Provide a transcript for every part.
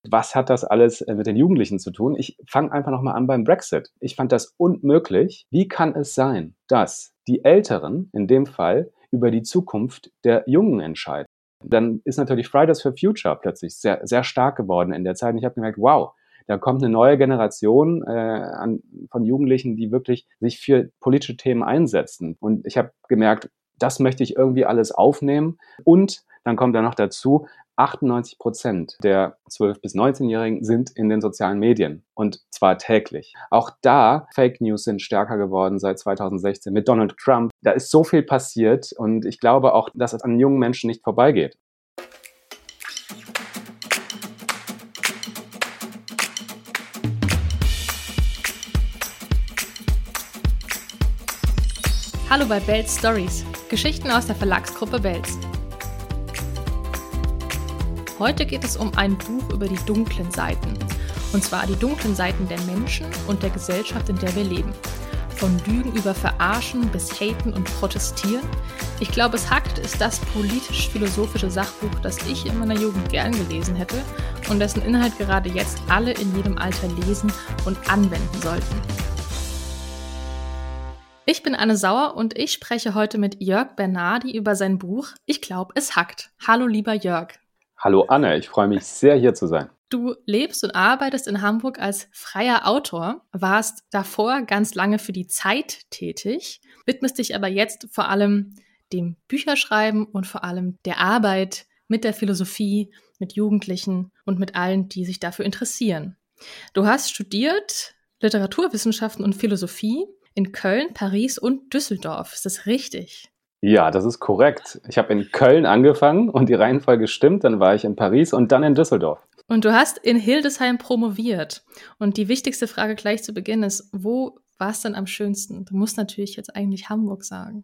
was hat das alles mit den Jugendlichen zu tun? Ich fange einfach nochmal an beim Brexit. Ich fand das unmöglich. Wie kann es sein, dass die Älteren in dem Fall über die Zukunft der Jungen entscheiden? Dann ist natürlich Fridays for Future plötzlich sehr, sehr stark geworden in der Zeit. Und ich habe gemerkt, wow, da kommt eine neue Generation von Jugendlichen, die wirklich sich für politische Themen einsetzen. Und ich habe gemerkt, das möchte ich irgendwie alles aufnehmen. Und dann kommt da noch dazu, 98% der 12- bis 19-Jährigen sind in den sozialen Medien und zwar täglich. Auch da, Fake News sind stärker geworden seit 2016 mit Donald Trump. Da ist so viel passiert und ich glaube auch, dass es an jungen Menschen nicht vorbeigeht. Hallo bei Belz Stories, Geschichten aus der Verlagsgruppe Belz. Heute geht es um ein Buch über die dunklen Seiten. Und zwar die dunklen Seiten der Menschen und der Gesellschaft, in der wir leben. Von Lügen über Verarschen bis Haten und Protestieren. Ich glaube, es hackt ist das politisch-philosophische Sachbuch, das ich in meiner Jugend gern gelesen hätte und dessen Inhalt gerade jetzt alle in jedem Alter lesen und anwenden sollten. Ich bin Anne Sauer und ich spreche heute mit Jörg Bernardi über sein Buch Ich glaube, es hackt. Hallo lieber Jörg. Hallo Anne, ich freue mich sehr, hier zu sein. Du lebst und arbeitest in Hamburg als freier Autor, warst davor ganz lange für die Zeit tätig, widmest dich aber jetzt vor allem dem Bücherschreiben und vor allem der Arbeit mit der Philosophie, mit Jugendlichen und mit allen, die sich dafür interessieren. Du hast studiert Literaturwissenschaften und Philosophie in Köln, Paris und Düsseldorf. Ist das richtig? Ja, das ist korrekt. Ich habe in Köln angefangen und die Reihenfolge stimmt. Dann war ich in Paris und dann in Düsseldorf. Und du hast in Hildesheim promoviert. Und die wichtigste Frage gleich zu Beginn ist, wo war es denn am schönsten? Du musst natürlich jetzt eigentlich Hamburg sagen.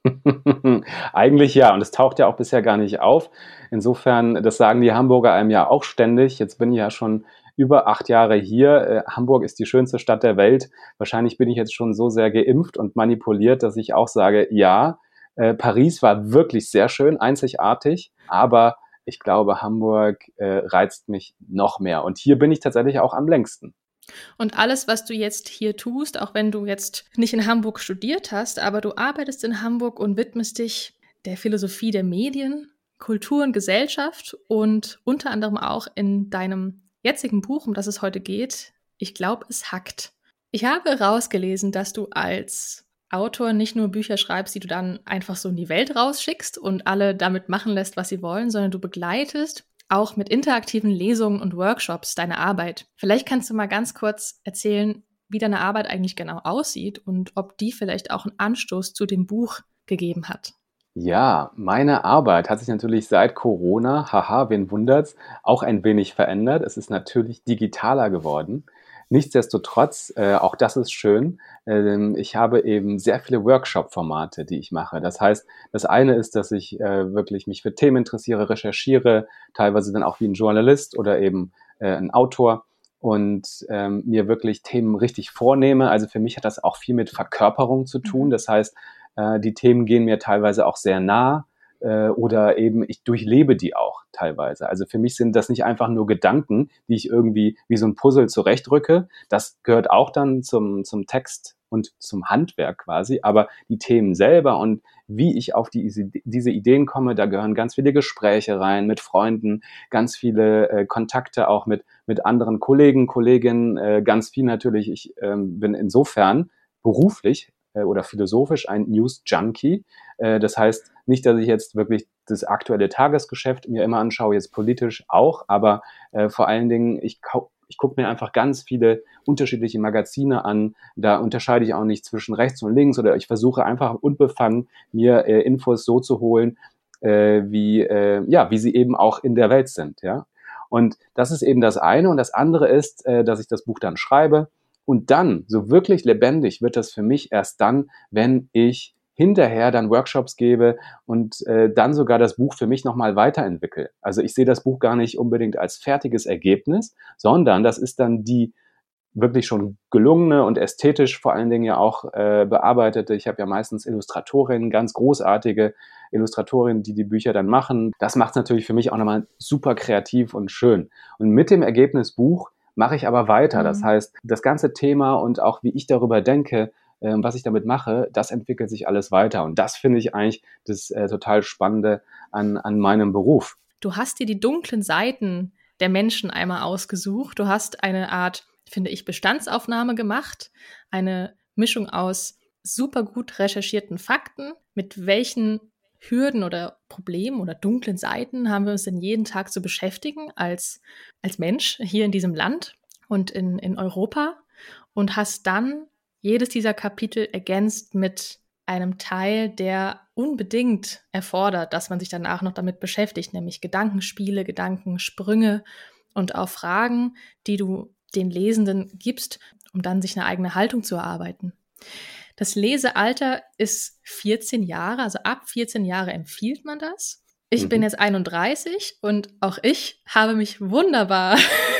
Eigentlich ja, und es taucht ja auch bisher gar nicht auf. Insofern, das sagen die Hamburger einem ja auch ständig. Jetzt bin ich ja schon über 8 Jahre hier. Hamburg ist die schönste Stadt der Welt. Wahrscheinlich bin ich jetzt schon so sehr geimpft und manipuliert, dass ich auch sage, ja, Paris war wirklich sehr schön, einzigartig, aber ich glaube, Hamburg reizt mich noch mehr. Und hier bin ich tatsächlich auch am längsten. Und alles, was du jetzt hier tust, auch wenn du jetzt nicht in Hamburg studiert hast, aber du arbeitest in Hamburg und widmest dich der Philosophie der Medien, Kultur und Gesellschaft und unter anderem auch in deinem jetzigen Buch, um das es heute geht, Ich glaube, es hackt. Ich habe rausgelesen, dass du als Autor nicht nur Bücher schreibst, die du dann einfach so in die Welt rausschickst und alle damit machen lässt, was sie wollen, sondern du begleitest auch mit interaktiven Lesungen und Workshops deine Arbeit. Vielleicht kannst du mal ganz kurz erzählen, wie deine Arbeit eigentlich genau aussieht und ob die vielleicht auch einen Anstoß zu dem Buch gegeben hat. Ja, meine Arbeit hat sich natürlich seit Corona, haha, wen wundert's, auch ein wenig verändert. Es ist natürlich digitaler geworden. Nichtsdestotrotz, auch das ist schön, ich habe eben sehr viele Workshop-Formate, die ich mache. Das heißt, das eine ist, dass ich wirklich mich für Themen interessiere, recherchiere, teilweise dann auch wie ein Journalist oder eben ein Autor und mir wirklich Themen richtig vornehme. Also für mich hat das auch viel mit Verkörperung zu tun. Das heißt, die Themen gehen mir teilweise auch sehr nah oder eben ich durchlebe die auch teilweise. Also für mich sind das nicht einfach nur Gedanken, die ich irgendwie wie so ein Puzzle zurechtrücke. Das gehört auch dann zum Text und zum Handwerk quasi. Aber die Themen selber und wie ich auf diese Ideen komme, da gehören ganz viele Gespräche rein mit Freunden, ganz viele Kontakte auch mit anderen Kollegen, Kolleginnen, ganz viel natürlich. Ich bin insofern beruflich oder philosophisch ein News-Junkie. Das heißt nicht, dass ich jetzt wirklich das aktuelle Tagesgeschäft mir immer anschaue, jetzt politisch auch, aber vor allen Dingen, ich gucke mir einfach ganz viele unterschiedliche Magazine an. Da unterscheide ich auch nicht zwischen rechts und links oder ich versuche einfach unbefangen, mir Infos so zu holen, wie sie eben auch in der Welt sind. Ja? Und das ist eben das eine. Und das andere ist, dass ich das Buch dann schreibe. Und dann, so wirklich lebendig wird das für mich erst dann, wenn ich hinterher dann Workshops gebe und dann sogar das Buch für mich nochmal weiterentwickle. Also ich sehe das Buch gar nicht unbedingt als fertiges Ergebnis, sondern das ist dann die wirklich schon gelungene und ästhetisch vor allen Dingen ja auch bearbeitete. Ich habe ja meistens Illustratorinnen, ganz großartige Illustratorinnen, die Bücher dann machen. Das macht es natürlich für mich auch nochmal super kreativ und schön. Und mit dem Ergebnisbuch mache ich aber weiter. Das heißt, das ganze Thema und auch wie ich darüber denke, was ich damit mache, das entwickelt sich alles weiter. Und das finde ich eigentlich das total Spannende an meinem Beruf. Du hast dir die dunklen Seiten der Menschen einmal ausgesucht. Du hast eine Art, finde ich, Bestandsaufnahme gemacht. Eine Mischung aus super gut recherchierten Fakten. Mit welchen Hürden oder Problemen oder dunklen Seiten haben wir uns denn jeden Tag zu beschäftigen als Mensch hier in diesem Land und in Europa? Und hast dann jedes dieser Kapitel ergänzt mit einem Teil, der unbedingt erfordert, dass man sich danach noch damit beschäftigt, nämlich Gedankenspiele, Gedankensprünge und auch Fragen, die du den Lesenden gibst, um dann sich eine eigene Haltung zu erarbeiten. Das Lesealter ist 14 Jahre, also ab 14 Jahre empfiehlt man das. Ich bin jetzt 31 und auch ich habe mich wunderbar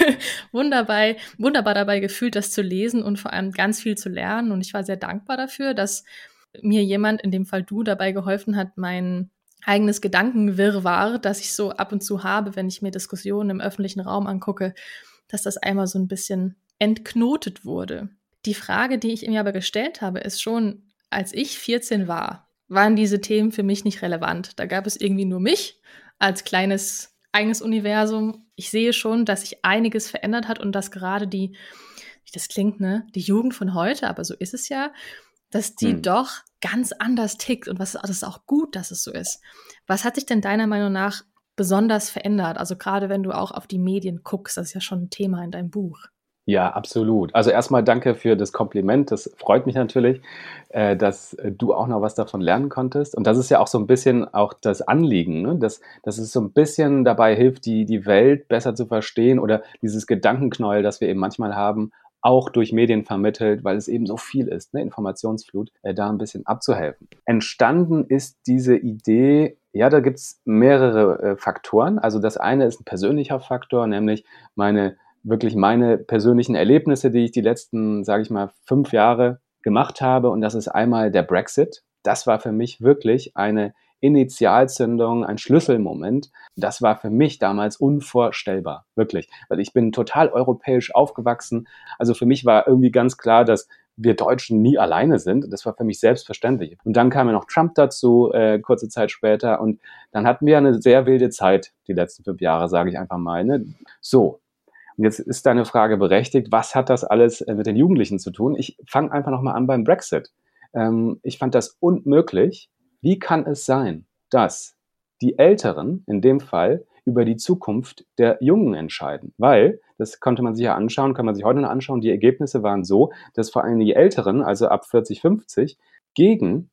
dabei gefühlt, das zu lesen und vor allem ganz viel zu lernen. Und ich war sehr dankbar dafür, dass mir jemand, in dem Fall du, dabei geholfen hat, mein eigenes Gedankenwirrwarr, das ich so ab und zu habe, wenn ich mir Diskussionen im öffentlichen Raum angucke, dass das einmal so ein bisschen entknotet wurde. Die Frage, die ich mir aber gestellt habe, ist schon, als ich 14 war, waren diese Themen für mich nicht relevant. Da gab es irgendwie nur mich als kleines eigenes Universum. Ich sehe schon, dass sich einiges verändert hat und dass gerade wie das klingt, ne, die Jugend von heute, aber so ist es ja, dass die doch ganz anders tickt und das ist auch gut, dass es so ist. Was hat sich denn deiner Meinung nach besonders verändert? Also gerade wenn du auch auf die Medien guckst, das ist ja schon ein Thema in deinem Buch. Ja, absolut. Also erstmal danke für das Kompliment. Das freut mich natürlich, dass du auch noch was davon lernen konntest. Und das ist ja auch so ein bisschen auch das Anliegen, ne? Dass es so ein bisschen dabei hilft, die Welt besser zu verstehen oder dieses Gedankenknäuel, das wir eben manchmal haben, auch durch Medien vermittelt, weil es eben so viel ist, ne? Informationsflut, da ein bisschen abzuhelfen. Entstanden ist diese Idee, ja, da gibt's mehrere Faktoren. Also das eine ist ein persönlicher Faktor, nämlich meine persönlichen Erlebnisse, die ich die letzten, sage ich mal, 5 Jahre gemacht habe. Und das ist einmal der Brexit. Das war für mich wirklich eine Initialzündung, ein Schlüsselmoment. Das war für mich damals unvorstellbar, wirklich. Weil ich bin total europäisch aufgewachsen. Also für mich war irgendwie ganz klar, dass wir Deutschen nie alleine sind. Das war für mich selbstverständlich. Und dann kam ja noch Trump dazu, kurze Zeit später. Und dann hatten wir eine sehr wilde Zeit, die letzten 5 Jahre, sage ich einfach mal. Ne? So, und jetzt ist deine Frage berechtigt, was hat das alles mit den Jugendlichen zu tun? Ich fange einfach nochmal an beim Brexit. Ich fand das unmöglich. Wie kann es sein, dass die Älteren in dem Fall über die Zukunft der Jungen entscheiden? Weil, das konnte man sich ja anschauen, kann man sich heute noch anschauen, die Ergebnisse waren so, dass vor allem die Älteren, also ab 40, 50, gegen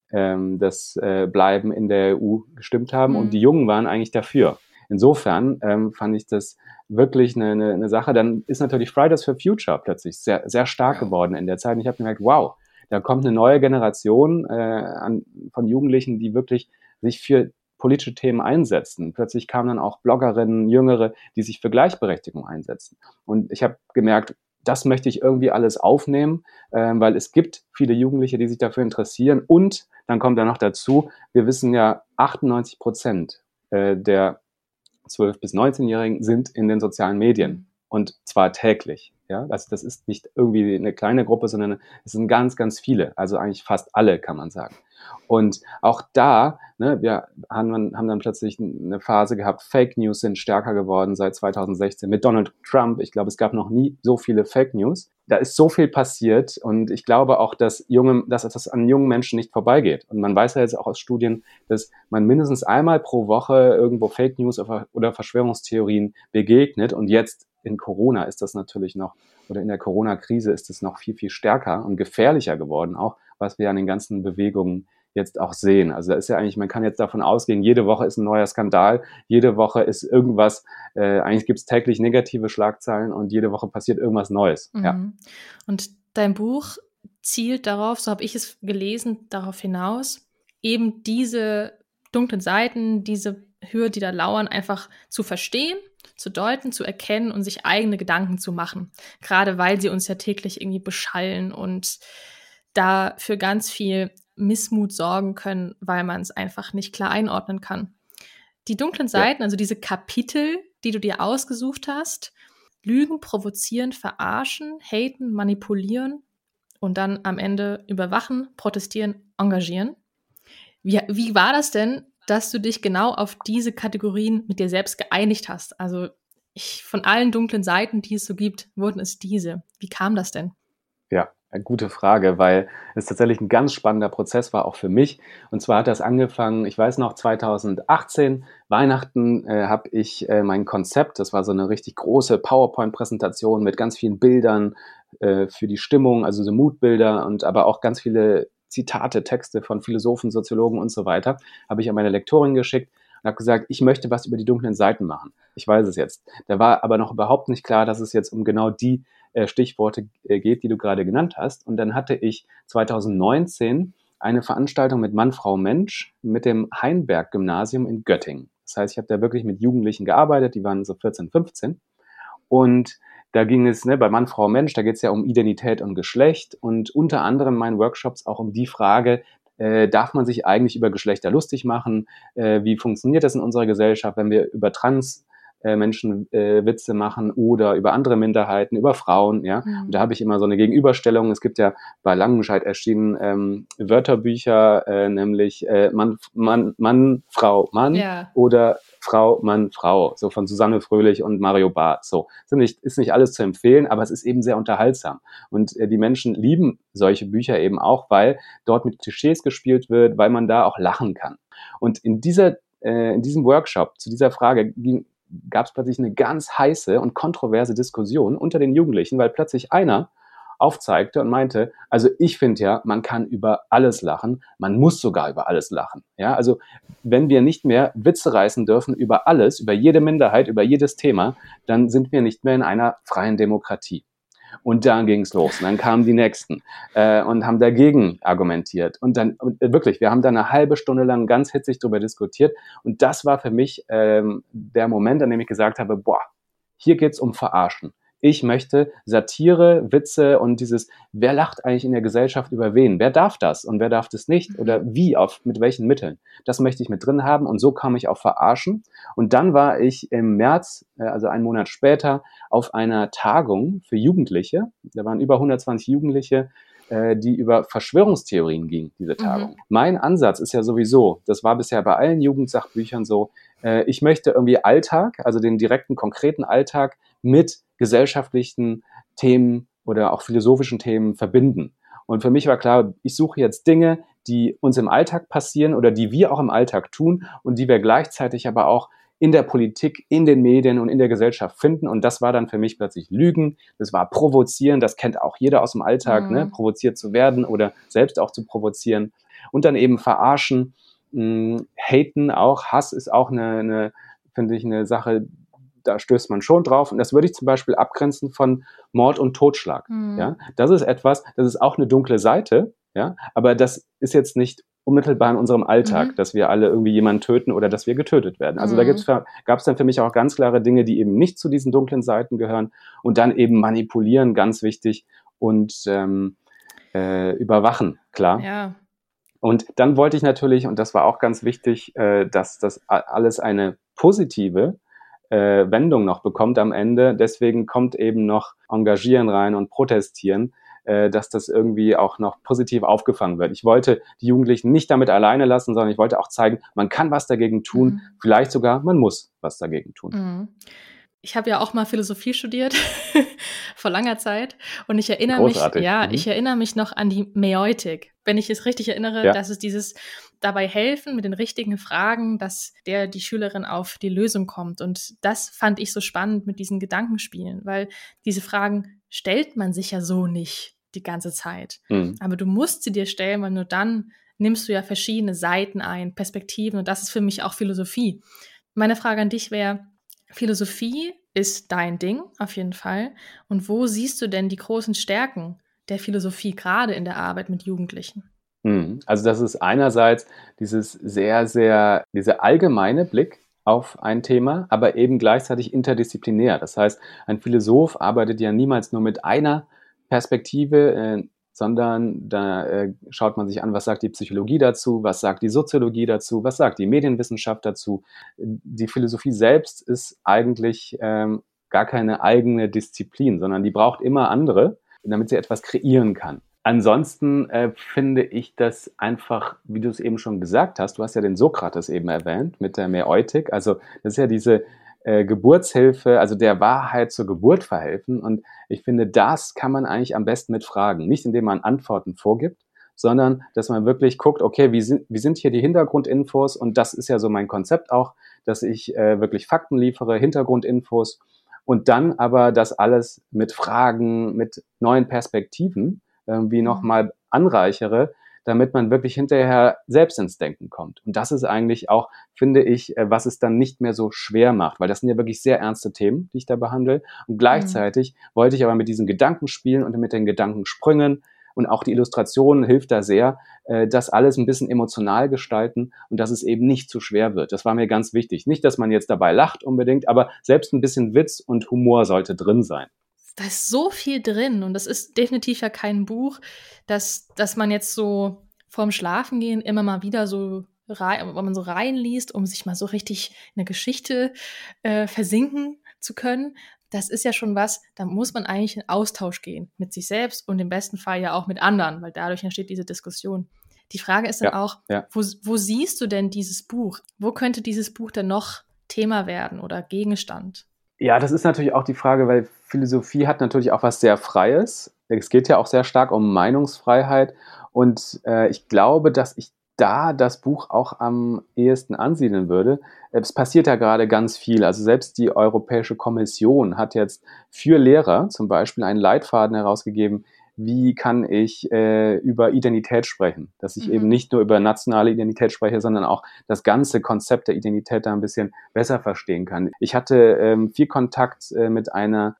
das Bleiben in der EU gestimmt haben und die Jungen waren eigentlich dafür. Insofern fand ich das wirklich eine Sache. Dann ist natürlich Fridays for Future plötzlich sehr, sehr stark geworden in der Zeit. Und ich habe gemerkt, wow, da kommt eine neue Generation von Jugendlichen, die wirklich sich für politische Themen einsetzen. Plötzlich kamen dann auch Bloggerinnen, Jüngere, die sich für Gleichberechtigung einsetzen. Und ich habe gemerkt, das möchte ich irgendwie alles aufnehmen, weil es gibt viele Jugendliche, die sich dafür interessieren. Und dann kommt da noch dazu, wir wissen ja, 98% der 12- bis 19-Jährigen sind in den sozialen Medien und zwar täglich. Ja? Also das ist nicht irgendwie eine kleine Gruppe, sondern es sind ganz, ganz viele, also eigentlich fast alle, kann man sagen. Und auch da, ne, wir haben dann plötzlich eine Phase gehabt, Fake News sind stärker geworden seit 2016 mit Donald Trump. Ich glaube, es gab noch nie so viele Fake News. Da ist so viel passiert und ich glaube auch, dass das an jungen Menschen nicht vorbeigeht. Und man weiß ja jetzt auch aus Studien, dass man mindestens einmal pro Woche irgendwo Fake News oder Verschwörungstheorien begegnet. Und jetzt in Corona ist das natürlich noch, oder in der Corona-Krise ist es noch viel, viel stärker und gefährlicher geworden, auch was wir an den ganzen Bewegungen jetzt auch sehen. Also da ist ja eigentlich, man kann jetzt davon ausgehen, jede Woche ist ein neuer Skandal, jede Woche ist irgendwas, eigentlich gibt es täglich negative Schlagzeilen und jede Woche passiert irgendwas Neues. Ja. Und dein Buch zielt darauf, so habe ich es gelesen, darauf hinaus, eben diese dunklen Seiten, diese Hürden, die da lauern, einfach zu verstehen, zu deuten, zu erkennen und sich eigene Gedanken zu machen. Gerade weil sie uns ja täglich irgendwie beschallen und da für ganz viel Missmut sorgen können, weil man es einfach nicht klar einordnen kann. Die dunklen Ja. Seiten, also diese Kapitel, die du dir ausgesucht hast, lügen, provozieren, verarschen, haten, manipulieren und dann am Ende überwachen, protestieren, engagieren. Wie war das denn, dass du dich genau auf diese Kategorien mit dir selbst geeinigt hast? Also von allen dunklen Seiten, die es so gibt, wurden es diese. Wie kam das denn? Ja, eine gute Frage, weil es tatsächlich ein ganz spannender Prozess war, auch für mich. Und zwar hat das angefangen, ich weiß noch, 2018, Weihnachten, habe ich mein Konzept, das war so eine richtig große PowerPoint-Präsentation mit ganz vielen Bildern für die Stimmung, also so Moodbilder und aber auch ganz viele Zitate, Texte von Philosophen, Soziologen und so weiter, habe ich an meine Lektorin geschickt und habe gesagt, ich möchte was über die dunklen Seiten machen. Ich weiß es jetzt. Da war aber noch überhaupt nicht klar, dass es jetzt um genau die Stichworte geht, die du gerade genannt hast. Und dann hatte ich 2019 eine Veranstaltung mit Mann, Frau, Mensch mit dem Heinberg-Gymnasium in Göttingen. Das heißt, ich habe da wirklich mit Jugendlichen gearbeitet, die waren so 14, 15. Und da ging es, bei Mann, Frau, Mensch, da geht es ja um Identität und Geschlecht und unter anderem in meinen Workshops auch um die Frage, darf man sich eigentlich über Geschlechter lustig machen? Wie funktioniert das in unserer Gesellschaft, wenn wir über Menschen Witze machen oder über andere Minderheiten, über Frauen, ja. Und da habe ich immer so eine Gegenüberstellung. Es gibt ja bei Langenscheidt erschienen Wörterbücher, nämlich Mann, Frau, Mann Ja. oder Frau, Mann, Frau, so von Susanne Fröhlich und Mario Barth. So, ist nicht alles zu empfehlen, aber es ist eben sehr unterhaltsam. Und die Menschen lieben solche Bücher eben auch, weil dort mit Klischees gespielt wird, weil man da auch lachen kann. Und in diesem Workshop zu dieser Frage gab es plötzlich eine ganz heiße und kontroverse Diskussion unter den Jugendlichen, weil plötzlich einer aufzeigte und meinte, also ich finde ja, man kann über alles lachen, man muss sogar über alles lachen. Ja, also wenn wir nicht mehr Witze reißen dürfen über alles, über jede Minderheit, über jedes Thema, dann sind wir nicht mehr in einer freien Demokratie. Und dann ging es los. Und dann kamen die Nächsten und haben dagegen argumentiert. Und dann wirklich, wir haben da eine halbe Stunde lang ganz hitzig darüber diskutiert. Und das war für mich der Moment, an dem ich gesagt habe, boah, hier geht's um Verarschen. Ich möchte Satire, Witze und wer lacht eigentlich in der Gesellschaft über wen? Wer darf das und wer darf das nicht? Oder wie, mit welchen Mitteln? Das möchte ich mit drin haben und so kam ich auf Verarschen. Und dann war ich im März, also einen Monat später, auf einer Tagung für Jugendliche. Da waren über 120 Jugendliche, die über Verschwörungstheorien ging, diese Tagung. Mein Ansatz ist ja sowieso, das war bisher bei allen Jugendsachbüchern so, ich möchte irgendwie Alltag, also den direkten, konkreten Alltag mit gesellschaftlichen Themen oder auch philosophischen Themen verbinden. Und für mich war klar, ich suche jetzt Dinge, die uns im Alltag passieren oder die wir auch im Alltag tun und die wir gleichzeitig aber auch in der Politik, in den Medien und in der Gesellschaft finden. Und das war dann für mich plötzlich Lügen, das war Provozieren, das kennt auch jeder aus dem Alltag, provoziert zu werden oder selbst auch zu provozieren. Und dann eben Verarschen, Haten auch, Hass ist auch finde ich, eine Sache, da stößt man schon drauf. Und das würde ich zum Beispiel abgrenzen von Mord und Totschlag. Ja? Das ist etwas, das ist auch eine dunkle Seite, ja? Aber das ist jetzt nicht unmittelbar in unserem Alltag, dass wir alle irgendwie jemanden töten oder dass wir getötet werden. Also da gab es dann für mich auch ganz klare Dinge, die eben nicht zu diesen dunklen Seiten gehören. Und dann eben manipulieren, ganz wichtig. Und überwachen, klar. Ja. Und dann wollte ich natürlich, und das war auch ganz wichtig, dass das alles eine positive Wendung noch bekommt am Ende. Deswegen kommt eben noch Engagieren rein und Protestieren, dass das irgendwie auch noch positiv aufgefangen wird. Ich wollte die Jugendlichen nicht damit alleine lassen, sondern ich wollte auch zeigen, man kann was dagegen tun, vielleicht sogar, man muss was dagegen tun. Ich habe ja auch mal Philosophie studiert, vor langer Zeit. Und ich erinnere ich erinnere mich noch an die Mäeutik. Wenn ich es richtig erinnere, dass es dieses dabei helfen mit den richtigen Fragen, dass die Schülerin auf die Lösung kommt. Und das fand ich so spannend mit diesen Gedankenspielen, weil diese Fragen stellt man sich ja so nicht die ganze Zeit. Aber du musst sie dir stellen, weil nur dann nimmst du ja verschiedene Seiten ein, Perspektiven. Und das ist für mich auch Philosophie. Meine Frage an dich wäre, Philosophie ist dein Ding, auf jeden Fall. Und wo siehst du denn die großen Stärken der Philosophie, gerade in der Arbeit mit Jugendlichen? Also das ist einerseits dieser allgemeine Blick auf ein Thema, aber eben gleichzeitig interdisziplinär. Das heißt, ein Philosoph arbeitet ja niemals nur mit einer Perspektive, sondern da schaut man sich an, was sagt die Psychologie dazu, was sagt die Soziologie dazu, was sagt die Medienwissenschaft dazu. Die Philosophie selbst ist eigentlich gar keine eigene Disziplin, sondern die braucht immer andere, damit sie etwas kreieren kann. Ansonsten finde ich das einfach, wie du es eben schon gesagt hast, du hast ja den Sokrates eben erwähnt mit der Mäeutik, also das ist ja diese Geburtshilfe, also der Wahrheit zur Geburt verhelfen, und ich finde, das kann man eigentlich am besten mit Fragen, nicht indem man Antworten vorgibt, sondern dass man wirklich guckt, okay, wie sind hier die Hintergrundinfos, und das ist ja so mein Konzept auch, dass ich wirklich Fakten liefere, Hintergrundinfos, und dann aber das alles mit Fragen, mit neuen Perspektiven irgendwie nochmal anreichere, damit man wirklich hinterher selbst ins Denken kommt. Und das ist eigentlich auch, finde ich, was es dann nicht mehr so schwer macht, weil das sind ja wirklich sehr ernste Themen, die ich da behandle. Und gleichzeitig wollte ich aber mit diesen Gedanken spielen und mit den Gedankensprüngen, und auch die Illustration hilft da sehr, das alles ein bisschen emotional gestalten und dass es eben nicht zu schwer wird. Das war mir ganz wichtig. Nicht, dass man jetzt dabei lacht unbedingt, aber selbst ein bisschen Witz und Humor sollte drin sein. Da ist so viel drin und das ist definitiv ja kein Buch, dass man jetzt so vorm Schlafengehen immer mal wieder so wenn man so reinliest, um sich mal so richtig in eine Geschichte versinken zu können. Das ist ja schon was, da muss man eigentlich in Austausch gehen mit sich selbst und im besten Fall ja auch mit anderen, weil dadurch entsteht diese Diskussion. Die Frage ist dann auch, wo siehst du denn dieses Buch? Wo könnte dieses Buch denn noch Thema werden oder Gegenstand? Ja, das ist natürlich auch die Frage, weil Philosophie hat natürlich auch was sehr Freies. Es geht ja auch sehr stark um Meinungsfreiheit, und ich glaube, dass ich da das Buch auch am ehesten ansiedeln würde. Es passiert ja gerade ganz viel. Also selbst die Europäische Kommission hat jetzt für Lehrer zum Beispiel einen Leitfaden herausgegeben, wie kann ich über Identität sprechen. Dass ich eben nicht nur über nationale Identität spreche, sondern auch das ganze Konzept der Identität da ein bisschen besser verstehen kann. Ich hatte viel Kontakt mit einer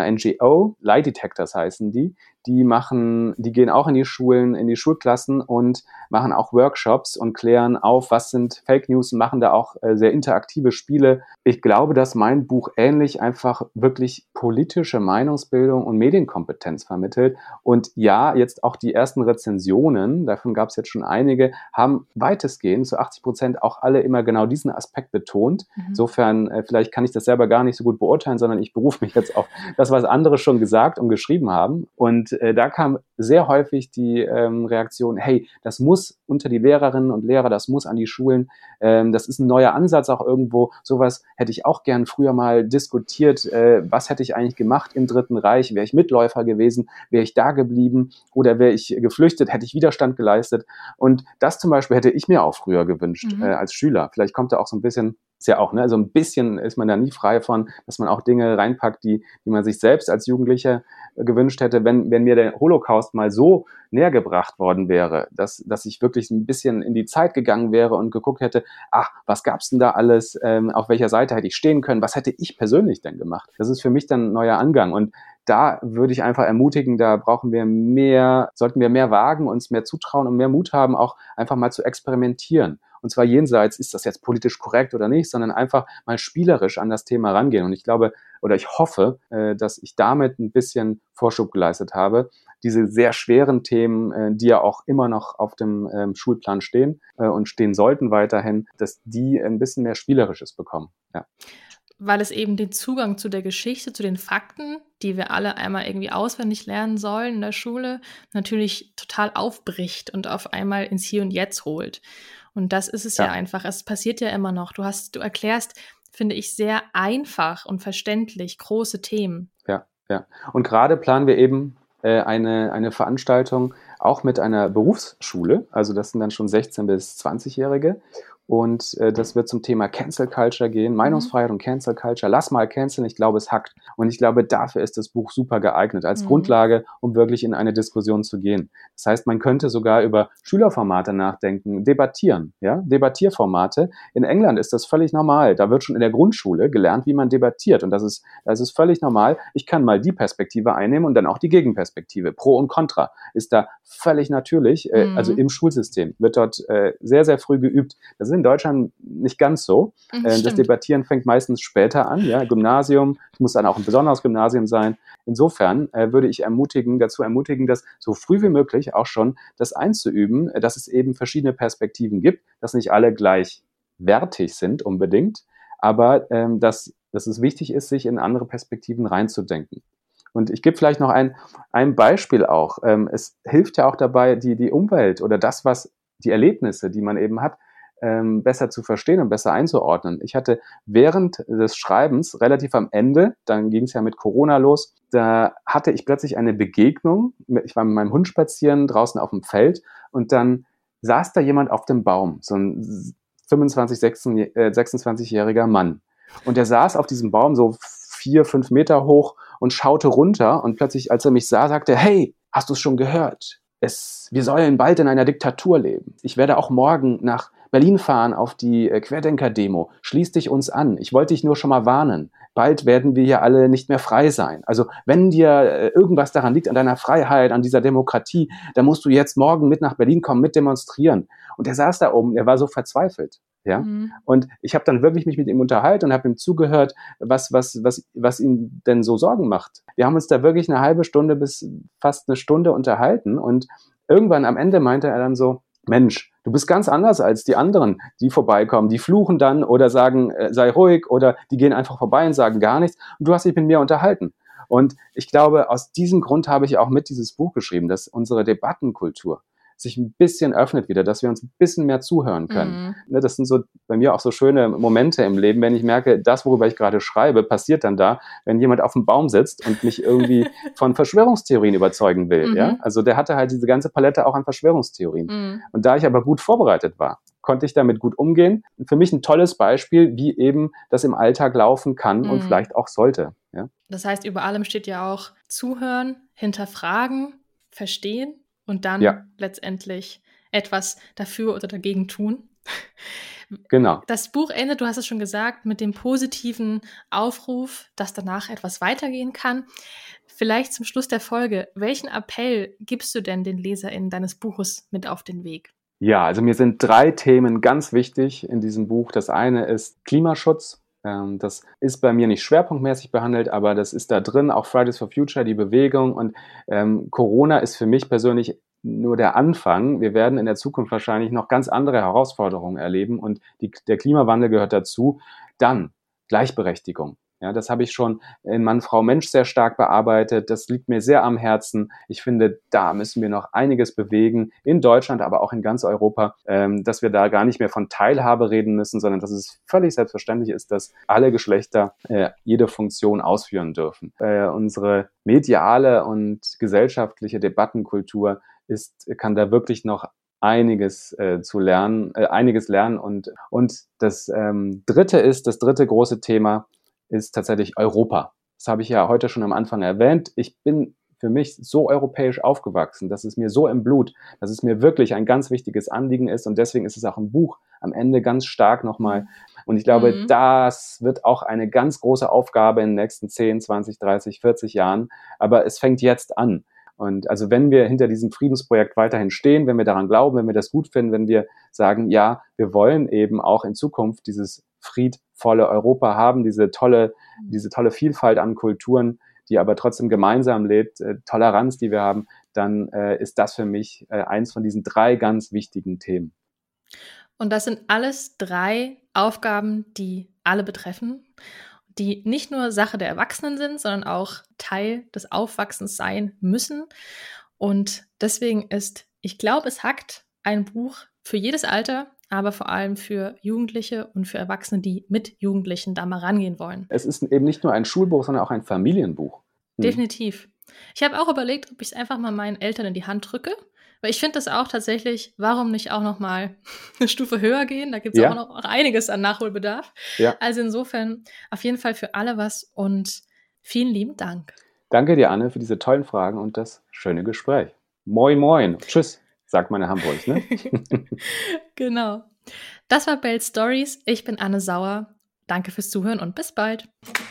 NGO, Lie Detectors heißen die. Die gehen auch in die Schulen, in die Schulklassen und machen auch Workshops und klären auf, was sind Fake News, und machen da auch sehr interaktive Spiele. Ich glaube, dass mein Buch ähnlich einfach wirklich politische Meinungsbildung und Medienkompetenz vermittelt. Und ja, jetzt auch die ersten Rezensionen, davon gab es jetzt schon einige, haben weitestgehend zu 80% auch alle immer genau diesen Aspekt betont. Insofern, vielleicht kann ich das selber gar nicht so gut beurteilen, sondern ich berufe mich jetzt auf das, was andere schon gesagt und geschrieben haben. Und da kam sehr häufig die Reaktion, hey, das muss unter die Lehrerinnen und Lehrer, das muss an die Schulen, das ist ein neuer Ansatz auch irgendwo, sowas hätte ich auch gern früher mal diskutiert, was hätte ich eigentlich gemacht im Dritten Reich, wäre ich Mitläufer gewesen, wäre ich da geblieben oder wäre ich geflüchtet, hätte ich Widerstand geleistet, und das zum Beispiel hätte ich mir auch früher gewünscht als Schüler. Vielleicht kommt da auch so ein bisschen, ist ja auch, ne, so ein bisschen ist man da nie frei von, dass man auch Dinge reinpackt, die man sich selbst als Jugendlicher gewünscht hätte, wenn mir der Holocaust mal so näher gebracht worden wäre, dass ich wirklich ein bisschen in die Zeit gegangen wäre und geguckt hätte, was gab's denn da alles, auf welcher Seite hätte ich stehen können, was hätte ich persönlich denn gemacht? Das ist für mich dann ein neuer Angang, und da würde ich einfach ermutigen, da sollten wir mehr wagen, uns mehr zutrauen und mehr Mut haben, auch einfach mal zu experimentieren. Und zwar jenseits, ist das jetzt politisch korrekt oder nicht, sondern einfach mal spielerisch an das Thema rangehen. Und ich glaube, oder ich hoffe, dass ich damit ein bisschen Vorschub geleistet habe. Diese sehr schweren Themen, die ja auch immer noch auf dem Schulplan stehen und stehen sollten weiterhin, dass die ein bisschen mehr Spielerisches bekommen. Ja. Weil es eben den Zugang zu der Geschichte, zu den Fakten, die wir alle einmal irgendwie auswendig lernen sollen in der Schule, natürlich total aufbricht und auf einmal ins Hier und Jetzt holt. Und das ist es ja einfach. Es passiert ja immer noch. Du erklärst, finde ich, sehr einfach und verständlich große Themen. Ja. Und gerade planen wir eben eine Veranstaltung auch mit einer Berufsschule. Also das sind dann schon 16- bis 20-Jährige. Und das wird zum Thema Cancel Culture gehen, Meinungsfreiheit und Cancel Culture. Lass mal canceln, ich glaube, es hackt. Und ich glaube, dafür ist das Buch super geeignet, als Grundlage, um wirklich in eine Diskussion zu gehen. Das heißt, man könnte sogar über Schülerformate nachdenken, debattieren, ja, Debattierformate. In England ist das völlig normal. Da wird schon in der Grundschule gelernt, wie man debattiert. Und das ist völlig normal. Ich kann mal die Perspektive einnehmen und dann auch die Gegenperspektive. Pro und Contra ist da völlig natürlich. Also im Schulsystem wird dort sehr, sehr früh geübt. Das ist in Deutschland nicht ganz so. Das Stimmt. Debattieren fängt meistens später an, ja, Gymnasium, es muss dann auch ein besonderes Gymnasium sein. Insofern würde ich dazu ermutigen, das so früh wie möglich auch schon das einzuüben, dass es eben verschiedene Perspektiven gibt, dass nicht alle gleichwertig sind unbedingt, aber dass es wichtig ist, sich in andere Perspektiven reinzudenken. Und ich gebe vielleicht noch ein Beispiel auch. Es hilft ja auch dabei, die Umwelt oder die Erlebnisse, die man eben hat, besser zu verstehen und besser einzuordnen. Ich hatte während des Schreibens, relativ am Ende, dann ging es ja mit Corona los, da hatte ich plötzlich eine Begegnung. Ich war mit meinem Hund spazieren, draußen auf dem Feld, und dann saß da jemand auf dem Baum, so ein 26-jähriger Mann. Und der saß auf diesem Baum so 4, 5 Meter hoch und schaute runter, und plötzlich, als er mich sah, sagte er: Hey, hast du es schon gehört? Wir sollen bald in einer Diktatur leben. Ich werde auch morgen nach Berlin fahren auf die Querdenker-Demo. Schließ dich uns an. Ich wollte dich nur schon mal warnen. Bald werden wir hier alle nicht mehr frei sein. Also wenn dir irgendwas daran liegt, an deiner Freiheit, an dieser Demokratie, dann musst du jetzt morgen mit nach Berlin kommen, mit demonstrieren. Und er saß da oben, er war so verzweifelt. Ja? Und ich habe dann wirklich mich mit ihm unterhalten und habe ihm zugehört, was ihm denn so Sorgen macht. Wir haben uns da wirklich eine halbe Stunde bis fast eine Stunde unterhalten, und irgendwann am Ende meinte er dann so: Mensch, du bist ganz anders als die anderen, die vorbeikommen. Die fluchen dann oder sagen, sei ruhig, oder die gehen einfach vorbei und sagen gar nichts. Und du hast dich mit mir unterhalten. Und ich glaube, aus diesem Grund habe ich auch mit dieses Buch geschrieben, dass unsere Debattenkultur sich ein bisschen öffnet wieder, dass wir uns ein bisschen mehr zuhören können. Das sind so bei mir auch so schöne Momente im Leben, wenn ich merke, das, worüber ich gerade schreibe, passiert dann da, wenn jemand auf dem Baum sitzt und mich irgendwie von Verschwörungstheorien überzeugen will. Ja? Also der hatte halt diese ganze Palette auch an Verschwörungstheorien. Und da ich aber gut vorbereitet war, konnte ich damit gut umgehen. Und für mich ein tolles Beispiel, wie eben das im Alltag laufen kann und vielleicht auch sollte. Ja? Das heißt, über allem steht ja auch zuhören, hinterfragen, verstehen und dann letztendlich etwas dafür oder dagegen tun. Genau. Das Buch endet, du hast es schon gesagt, mit dem positiven Aufruf, dass danach etwas weitergehen kann. Vielleicht zum Schluss der Folge, welchen Appell gibst du denn den LeserInnen deines Buches mit auf den Weg? Ja, also mir sind 3 Themen ganz wichtig in diesem Buch. Das eine ist Klimaschutz. Das ist bei mir nicht schwerpunktmäßig behandelt, aber das ist da drin, auch Fridays for Future, die Bewegung. Und Corona ist für mich persönlich nur der Anfang. Wir werden in der Zukunft wahrscheinlich noch ganz andere Herausforderungen erleben, und der Klimawandel gehört dazu. Dann Gleichberechtigung. Ja, das habe ich schon in Mann, Frau, Mensch sehr stark bearbeitet. Das liegt mir sehr am Herzen. Ich finde, da müssen wir noch einiges bewegen, in Deutschland, aber auch in ganz Europa, dass wir da gar nicht mehr von Teilhabe reden müssen, sondern dass es völlig selbstverständlich ist, dass alle Geschlechter jede Funktion ausführen dürfen. Unsere mediale und gesellschaftliche Debattenkultur kann da wirklich noch einiges lernen. Und das dritte große Thema ist tatsächlich Europa. Das habe ich ja heute schon am Anfang erwähnt. Ich bin für mich so europäisch aufgewachsen, das ist mir so im Blut, dass es mir wirklich ein ganz wichtiges Anliegen ist, und deswegen ist es auch im Buch am Ende ganz stark nochmal. Und ich glaube, das wird auch eine ganz große Aufgabe in den nächsten 10, 20, 30, 40 Jahren, aber es fängt jetzt an. Und also wenn wir hinter diesem Friedensprojekt weiterhin stehen, wenn wir daran glauben, wenn wir das gut finden, wenn wir sagen, ja, wir wollen eben auch in Zukunft dieses friedvolle Europa haben, diese tolle Vielfalt an Kulturen, die aber trotzdem gemeinsam lebt, Toleranz, die wir haben, dann ist das für mich eins von diesen 3 ganz wichtigen Themen. Und das sind alles 3 Aufgaben, die alle betreffen, die nicht nur Sache der Erwachsenen sind, sondern auch Teil des Aufwachsens sein müssen. Und deswegen ist, ich glaube, es hackt, ein Buch für jedes Alter, aber vor allem für Jugendliche und für Erwachsene, die mit Jugendlichen da mal rangehen wollen. Es ist eben nicht nur ein Schulbuch, sondern auch ein Familienbuch. Definitiv. Ich habe auch überlegt, ob ich es einfach mal meinen Eltern in die Hand drücke, weil ich finde das auch tatsächlich, warum nicht auch noch mal eine Stufe höher gehen? Da gibt es auch noch einiges an Nachholbedarf. Ja. Also insofern auf jeden Fall für alle was, und vielen lieben Dank. Danke dir, Anne, für diese tollen Fragen und das schöne Gespräch. Moin, moin. Tschüss, sagt man in Hamburg, ne? Genau. Das war Bell Stories. Ich bin Anne Sauer. Danke fürs Zuhören und bis bald.